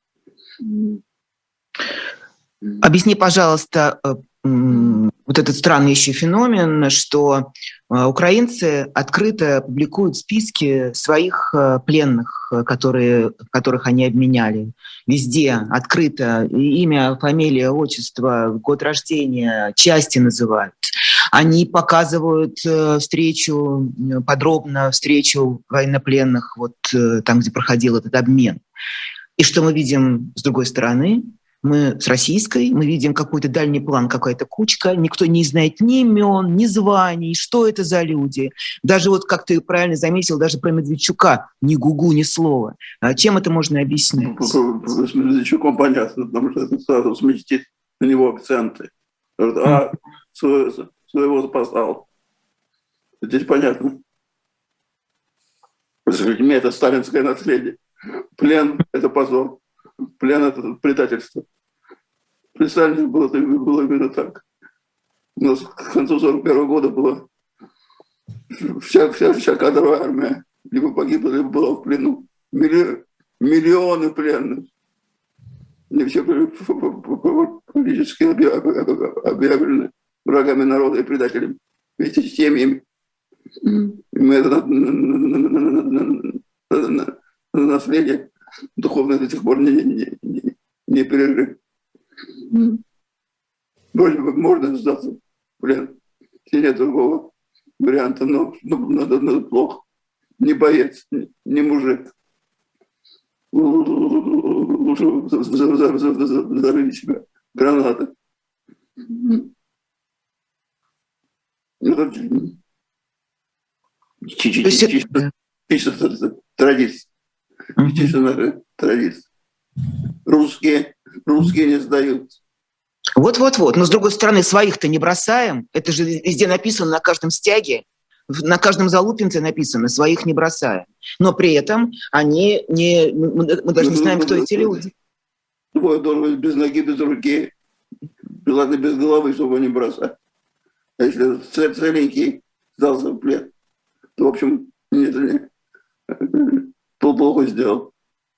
S1: Объясни, пожалуйста, вот этот странный еще феномен, что украинцы открыто публикуют списки своих пленных, которые, которых они обменяли. Везде открыто имя, фамилия, отчество, год рождения, части называют. Они показывают встречу, подробно встречу военнопленных, вот там, где проходил этот обмен. И что мы видим с другой стороны? Мы с российской, мы видим какой-то дальний план, какая-то кучка, никто не знает ни имен, ни званий, что это за люди. Даже вот, как ты правильно заметил, даже про Медведчука ни гугу, ни слова. Чем это можно объяснить?
S2: С Медведчуком понятно, потому что это сразу сместит на него акценты. А, своего, своего спасал. Здесь понятно. С людьми это сталинское наследие. Плен – это позор. Плен – это предательство. При Сталине было, было именно так. У нас к концу сорок первого года была вся, вся, вся кадровая армия. Либо погибла, либо была в плену. Милли, миллионы пленных. Не все политически объявлены врагами народа и предателями. Вместе с семьями. Мы это наследие духовное до сих пор не, не, не, не пережили. Вроде бы можно сдаться, блин, если нет другого варианта, но, но надо, надо плохо. Не боец, не, не мужик. Лучше взорви себя гранаты. Чисто традиция. Чисто традиция. Русские, русские не сдают.
S1: Вот-вот-вот. Но, с другой стороны, своих-то не бросаем. Это же везде написано, на каждом стяге, на каждом залупинце написано, своих не бросаем. Но при этом они не... Мы, мы даже не знаем, кто эти люди.
S2: Двое должен быть без ноги, без руки. Желательно без головы, чтобы не бросать. А если целенький сдался в плен, то, в общем, нет, нет. Плохо сделал.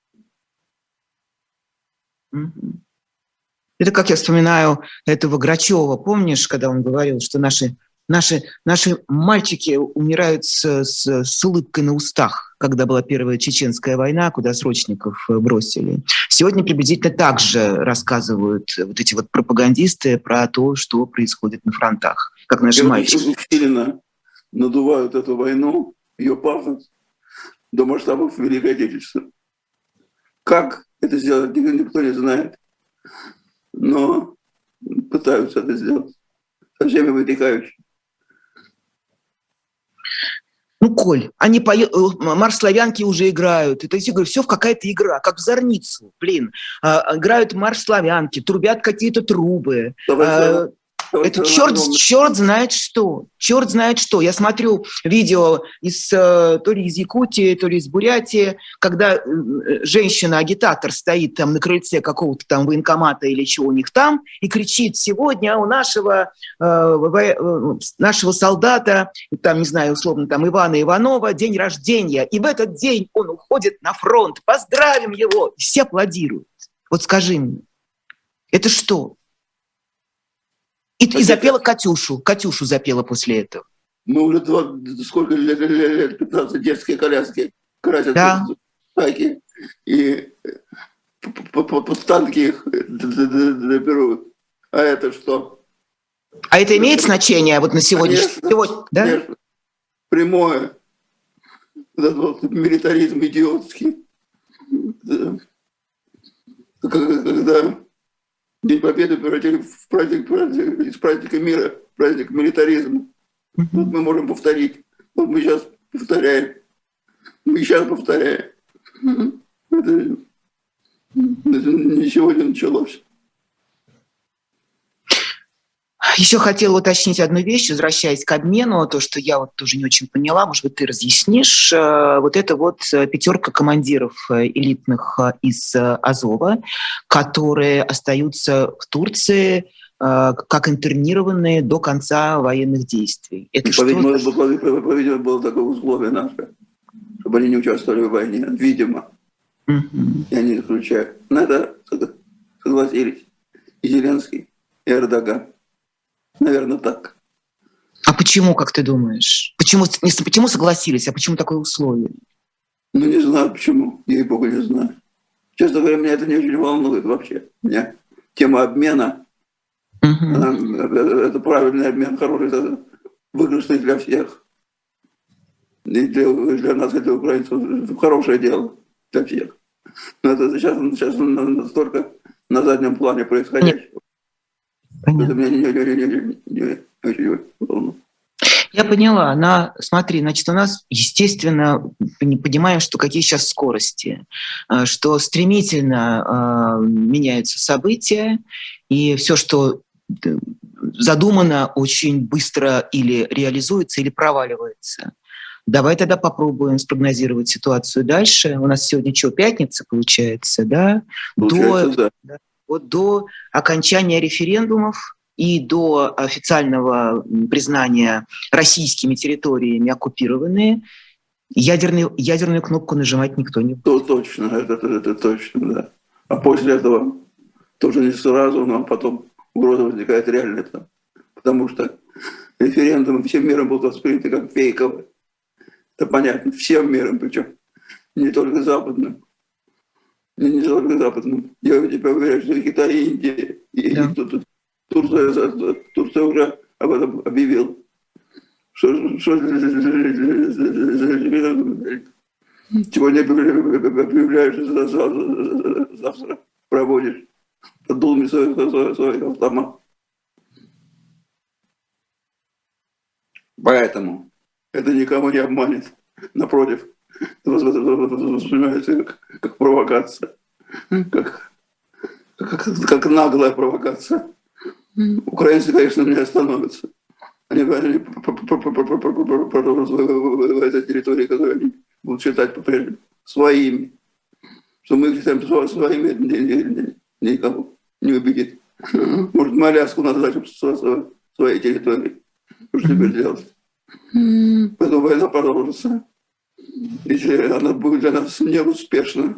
S1: Это как я вспоминаю этого Грачева, помнишь, когда он говорил, что наши, наши, наши мальчики умирают с, с, с улыбкой на устах, когда была первая чеченская война, куда срочников бросили. Сегодня приблизительно так же рассказывают вот эти вот пропагандисты про то, что происходит на фронтах, как наши мальчики.
S2: Сильно надувают эту войну, ее пафос до масштабов Великой Отечественной. Как это сделать, никто не знает. Но пытаются это сделать со всеми вытекающими.
S1: Ну, Коль, они поют, марш славянки уже играют. Это я говорю, все в какая-то игра, как в зорницу, блин. А, играют марш славянки, трубят какие-то трубы.
S2: Давай,
S1: а, Это черт, черт знает что. Черт знает что. Я смотрю видео из, то ли из Якутии, то ли из Бурятии, когда женщина-агитатор стоит там на крыльце какого-то там военкомата или чего у них там и кричит: сегодня у нашего, нашего солдата, там, не знаю, условно, там Ивана Иванова день рождения. И в этот день он уходит на фронт. Поздравим его. Все аплодируют. Вот скажи мне, это что? И, и запела Катюшу. Катюшу запела после этого.
S2: Мы уже два, сколько лет, лет, пятнадцать, детские коляски красят,
S1: да.
S2: Таки, и под танки их доберут. А это что?
S1: А это имеет значение вот на сегодняшний
S2: конечно,
S1: сегодня, да?
S2: Конечно. Прямое. Этот вот милитаризм идиотский. Когда День Победы превратили в праздник, праздник, из праздника мира, праздник милитаризма. Mm-hmm. Тут мы можем повторить. Вот мы сейчас повторяем. Мы сейчас повторяем. Это, это ничего не началось.
S1: Еще хотела уточнить одну вещь, возвращаясь к обмену, то, что я вот тоже не очень поняла, может быть, ты разъяснишь. Вот это вот пятерка командиров элитных из Азова, которые остаются в Турции как интернированные до конца военных действий. Это
S2: по-видимому, что... по-видимому, было такое условие наше, чтобы они не участвовали в войне, видимо. Mm-hmm. Я не исключаю. На это согласились и Зеленский, и Эрдоган. Наверное, так.
S1: А почему, как ты думаешь? Почему, не, почему согласились, а почему такое условие?
S2: Ну, не знаю почему, ей-богу, не знаю. Честно говоря, меня это не очень волнует вообще. Меня тема обмена, uh-huh. она, это, это правильный обмен, хороший, это выигрышный для всех. И для, для нас, и для украинцев, это хорошее дело для всех. Но это сейчас, сейчас настолько на заднем плане происходящего.
S1: Понятно. Это меня не, не, не, не, не волнует. Я поняла. Она, смотри, значит, у нас, естественно, понимаем, что какие сейчас скорости, что стремительно э, меняются события, и все, что задумано, очень быстро или реализуется, или проваливается. Давай тогда попробуем спрогнозировать ситуацию дальше. У нас сегодня что, пятница, получается, да?
S2: Получается,
S1: до,
S2: да.
S1: Вот до окончания референдумов и до официального признания российскими территориями оккупированные ядерную, ядерную кнопку нажимать никто не будет.
S2: То точно, это, это, это точно, да. А после этого тоже не сразу, но потом угроза возникает реально там. Потому что референдумы всем миром будут восприняты как фейковые. Это понятно, всем миром, причем не только западным. Не, не только западным. Я тебя уверяю, что и Китай, и Индия, и да. Тут, Турция, Турция уже об этом объявила. Что, что сегодня объявляешь, завтра проводишь под дулами своих, своих автоматов. Поэтому это никому не обманет. Напротив, воспринимается как, как провокация, как, как, как наглая провокация. Украинцы, конечно, не остановятся. Они, они продолжат воевать за территории, которые они будут считать по-прежнему своими. Что мы их считаем своими, никого не убедит. Может, мы Аляску назначим своей территорией. Что теперь делать? Поэтому война продолжится. Если она будет для нас неуспешна,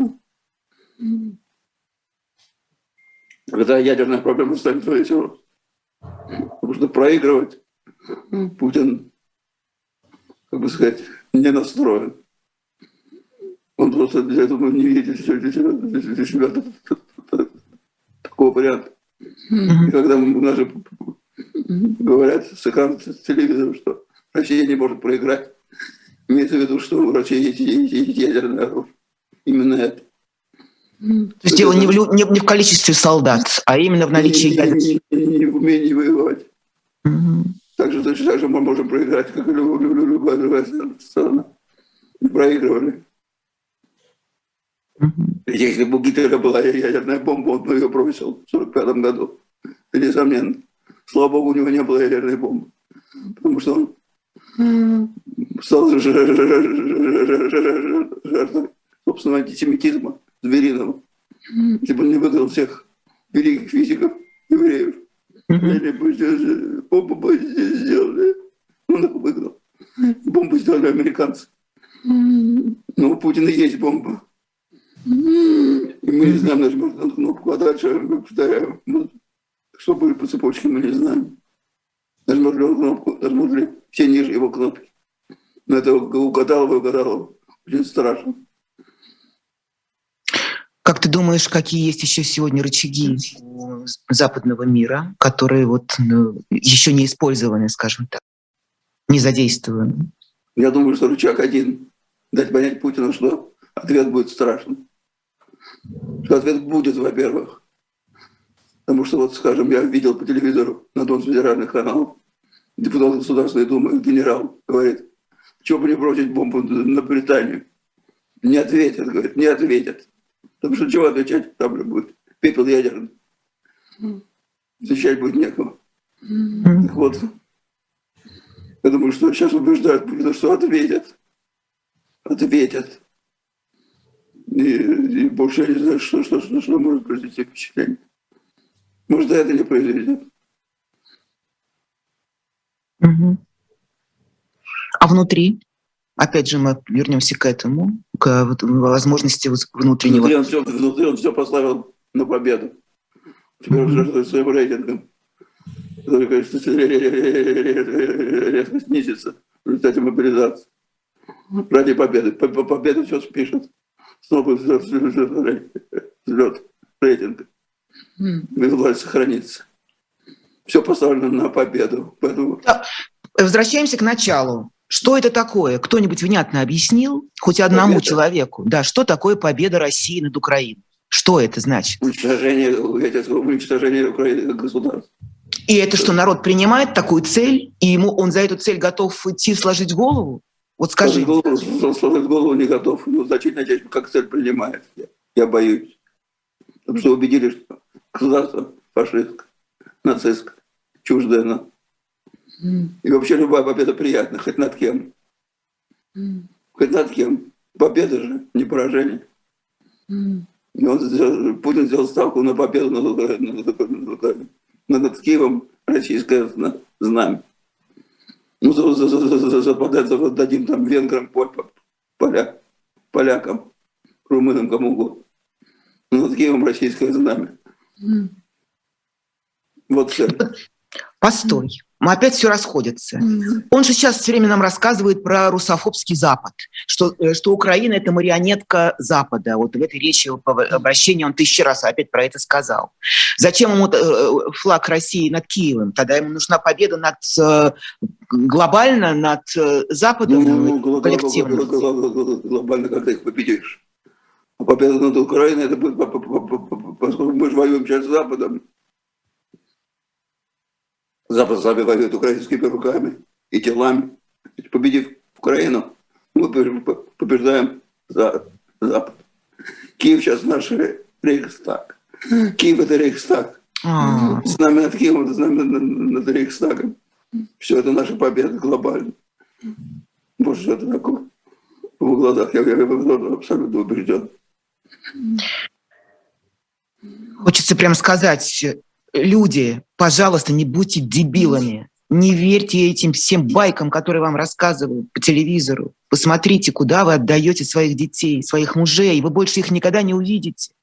S2: тогда ядерная проблема станет решена. Потому что проигрывать Путин, как бы сказать, не настроен. Он просто для этого не видит для себя, для себя такого варианта. И когда наши говорят с экрана телевизора, что Россия не может проиграть, имеется в виду, что у России есть, есть, есть ядерное оружие. Именно это.
S1: То есть дело не в, не, не в количестве солдат, а именно в наличии ядерных.
S2: Не, не, не, не в умении воевать. Mm-hmm. Так же точно так же мы можем проиграть, как и любая другая страна. Проигрывали. Mm-hmm. Если бы у Гитлера была ядерная бомба, он бы ее бросил в сорок пятом году. Это несомненно. Слава богу, у него не было ядерной бомбы. Потому что он стал жертвой собственного антисемитизма звериного. Если бы он не выиграл всех великих физиков, евреев, бомбу бы здесь сделали. Он их выиграл. Бомбу сделали американцы. Но у Путина есть бомба. И мы не знаем нажимать на кнопку. А дальше мы повторяем. Что будет по цепочке, мы не знаем. Нажмет ли он кнопку, нажмут ли все ниже его кнопки. Но это угадал, угадал. Очень страшно.
S1: Как ты думаешь, какие есть еще сегодня рычаги у западного мира, которые вот, ну, еще не использованы, скажем так, не задействованы?
S2: Я думаю, что рычаг один. Дать понять Путину, что ответ будет страшным. Что ответ будет, во-первых. Потому что, вот, скажем, я видел по телевизору на одном из федеральных каналов, депутат Государственной Думы, генерал, говорит, что бы не бросить бомбу на Британию? Не ответят, говорит, не ответят. Потому что чего отвечать? Там же будет пепел ядерный. Отвечать будет некого. Так вот, я думаю, что сейчас убеждают Путина, что ответят. Ответят. И, и больше я не знаю, что, что, что, что может произвести впечатление. Может, да это не произведет.
S1: Угу. А внутри? Опять же, мы вернемся к этому, к возможности внутреннего...
S2: Внутри он все, внутри он все поставил на победу. Теперь уже mm-hmm. своим рейтингом. Который, конечно, резко снизится в результате мобилизации. Ради победы. По победу все спишет. Снова взлет рейтинга. И власть сохранится. Все поставлено на победу. Поэтому...
S1: Возвращаемся к началу. Что это такое? Кто-нибудь внятно объяснил хоть одному победа? Человеку? Да, что такое победа России над Украиной? Что это значит?
S2: Уничтожение, уничтожение Украины как государства.
S1: И это что, народ принимает такую цель, и ему он за эту цель готов идти сложить голову? Вот скажи.
S2: Сложить голову, сложить голову не готов. Ну, значительно часть как цель принимает. Я, я боюсь. Потому что убедили, что государство фашистское, нацистское, чуждое нам. И вообще любая победа приятна, хоть над кем. Mm. Хоть над кем. Победа же, не поражение. Mm. И он сделал, Путин сделал ставку на победу над Украиной, над, над Киевом российское знамя. Ну, западаться дадим там венграм, поля, полякам, румынам, кому угодно. Но над Киевом российское знамя. Mm. Вот цель.
S1: Постой. Мы опять все расходится. Mm-hmm. Он же сейчас все время нам рассказывает про русофобский Запад, что, что Украина – это марионетка Запада. Вот в этой речи по обращению он тысячу раз опять про это сказал. Зачем ему флаг России над Киевом? Тогда ему нужна победа над, глобально над Западом, ну, коллективно.
S2: Глобально, как ты их победишь. А победа над Украиной – это будет, поскольку мы же воюем сейчас с Западом. Запад с вами воюет украинскими руками и телами. Победив Украину, мы побеждаем Запад. Киев сейчас наш Рейхстаг. Киев – это Рейхстаг. А-а-а. С нами над Киевом, это с нами над Рейхстагом. Все это наша победа глобально. Вот что это такое. В его глазах я, я, я абсолютно убежден.
S1: Хочется прямо сказать... Люди, пожалуйста, не будьте дебилами, не верьте этим всем байкам, которые вам рассказывают по телевизору. Посмотрите, куда вы отдаете своих детей, своих мужей, вы больше их никогда не увидите.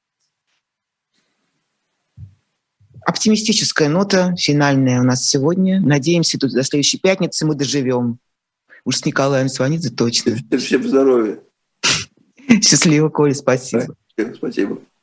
S1: Оптимистическая нота финальная у нас сегодня. Надеемся, тут до следующей пятницы мы доживем. Уж с Николаем Сванидзе точно.
S2: Всем здоровья.
S1: Счастливо, Коля, спасибо.
S2: Спасибо.